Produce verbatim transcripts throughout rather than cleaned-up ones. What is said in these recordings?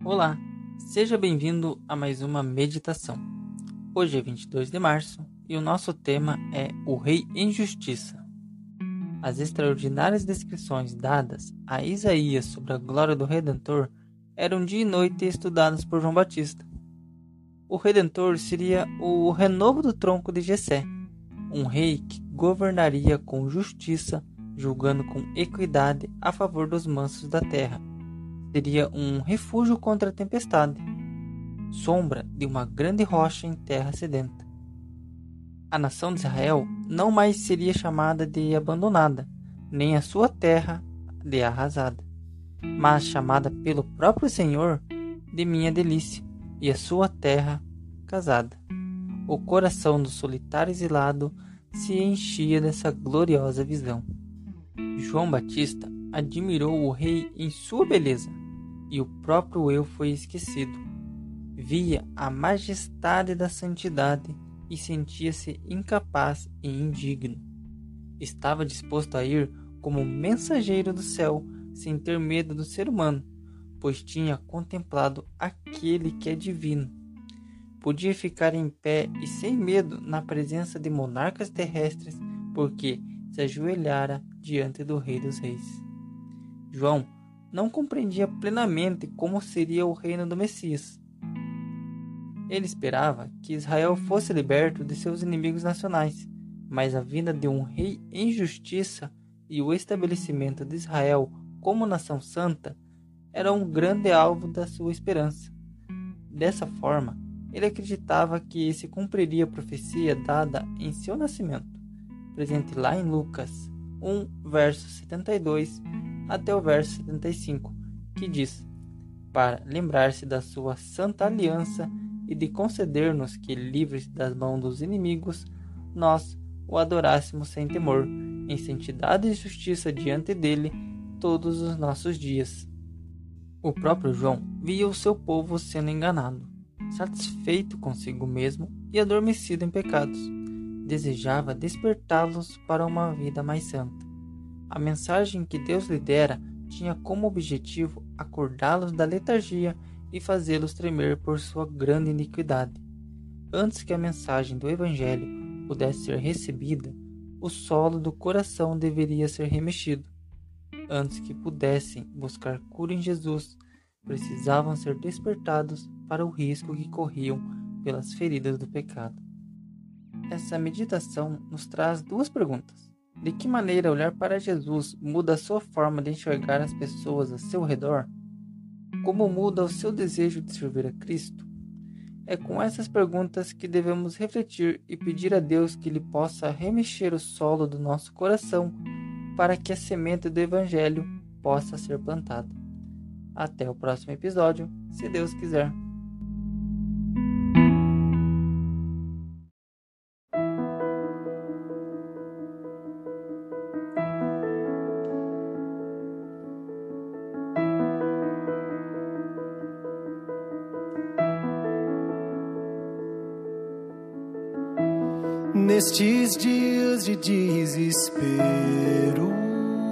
Olá, seja bem-vindo a mais uma meditação. Hoje é vinte e dois de março e o nosso tema é o Rei em Justiça. As extraordinárias descrições dadas a Isaías sobre a glória do Redentor eram dia e noite estudadas por João Batista. O Redentor seria o renovo do tronco de Jessé, um rei que governaria com justiça, julgando com equidade a favor dos mansos da terra. Seria um refúgio contra a tempestade, sombra de uma grande rocha em terra sedenta. A nação de Israel não mais seria chamada de abandonada, nem a sua terra de arrasada, mas chamada pelo próprio Senhor de minha delícia, e a sua terra casada. O coração do solitário exilado se enchia dessa gloriosa visão. João Batista admirou o rei em sua beleza, e o próprio eu foi esquecido. Via a majestade da santidade e sentia-se incapaz e indigno. Estava disposto a ir como mensageiro do céu, sem ter medo do ser humano, pois tinha contemplado aquele que é divino. Podia ficar em pé e sem medo na presença de monarcas terrestres, porque se ajoelhara diante do Rei dos Reis. João não compreendia plenamente como seria o reino do Messias. Ele esperava que Israel fosse liberto de seus inimigos nacionais, mas a vinda de um rei em justiça e o estabelecimento de Israel como nação santa era um grande alvo da sua esperança. Dessa forma, ele acreditava que se cumpriria a profecia dada em seu nascimento, presente lá em Lucas um, verso setenta e dois até o verso setenta e cinco, que diz: para lembrar-se da sua santa aliança e de conceder-nos que, livres das mãos dos inimigos, nós o adorássemos sem temor, em santidade e justiça diante dele todos os nossos dias. O próprio João via o seu povo sendo enganado, satisfeito consigo mesmo e adormecido em pecados. Desejava despertá-los para uma vida mais santa. A mensagem que Deus lhe dera tinha como objetivo acordá-los da letargia e fazê-los tremer por sua grande iniquidade. Antes que a mensagem do Evangelho pudesse ser recebida, o solo do coração deveria ser remexido. Antes que pudessem buscar cura em Jesus, precisavam ser despertados para o risco que corriam pelas feridas do pecado. Essa meditação nos traz duas perguntas. De que maneira olhar para Jesus muda a sua forma de enxergar as pessoas ao seu redor? Como muda o seu desejo de servir a Cristo? É com essas perguntas que devemos refletir e pedir a Deus que Ele possa remexer o solo do nosso coração para que a semente do Evangelho possa ser plantada. Até o próximo episódio, se Deus quiser. Nestes dias de desespero,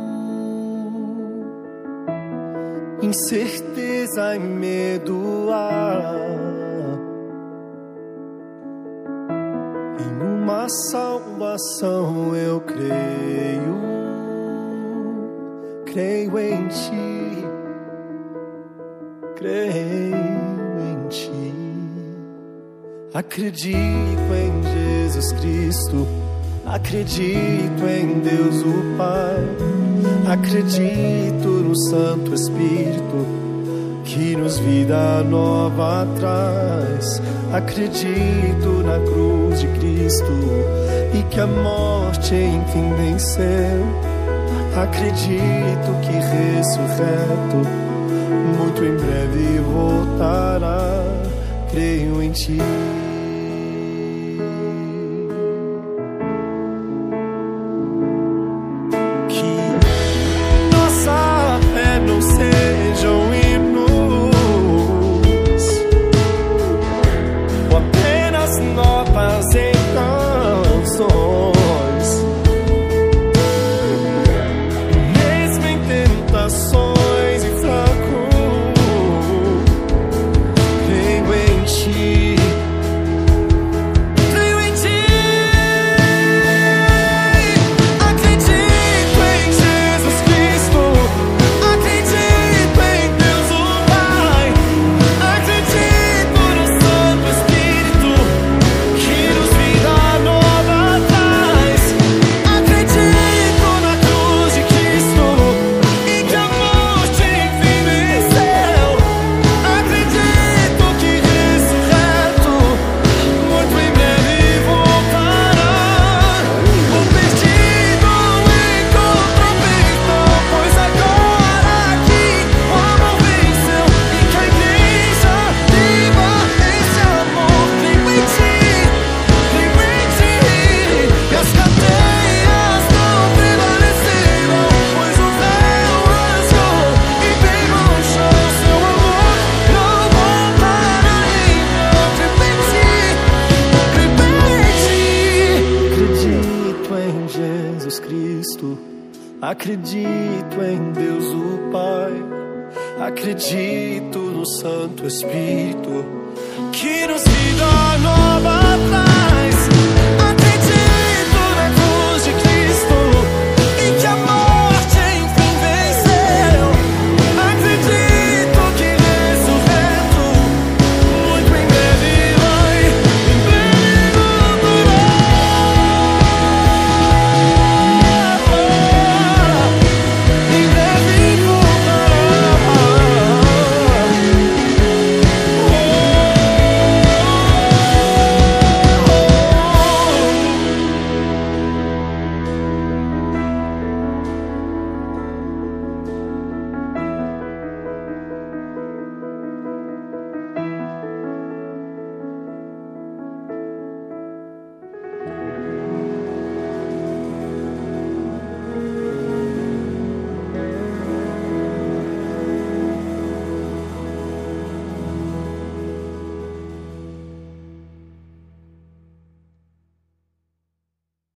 incerteza e medo há, em uma salvação eu creio, creio em ti, creio em ti. Acredito em Jesus Cristo, acredito em Deus o Pai, acredito no Santo Espírito que nos vida nova traz. Acredito na cruz de Cristo e que a morte enfim venceu. Acredito que ressurreto muito em breve voltará. Creio em ti. Mesmo em tentações e fraco, Cristo. Acredito em Deus o Pai, acredito no Santo Espírito que nos guia.